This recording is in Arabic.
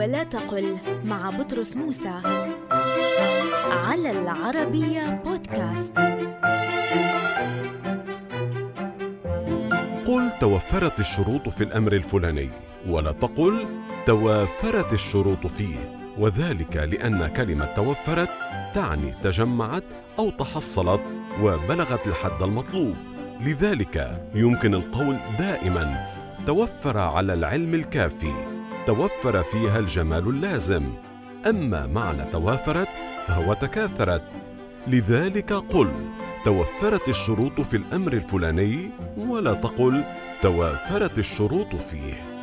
ولا تقل مع بطرس موسى على العربية بودكاست. قل توفرت الشروط في الأمر الفلاني، ولا تقل توافرت الشروط فيه، وذلك لأن كلمة توفرت تعني تجمعت أو تحصلت وبلغت الحد المطلوب. لذلك يمكن القول دائما توفر على العلم الكافي، توفر فيها الجمال اللازم. أما معنى توافرت فهو تكاثرت. لذلك قل توفرت الشروط في الأمر الفلاني، ولا تقل توافرت الشروط فيه.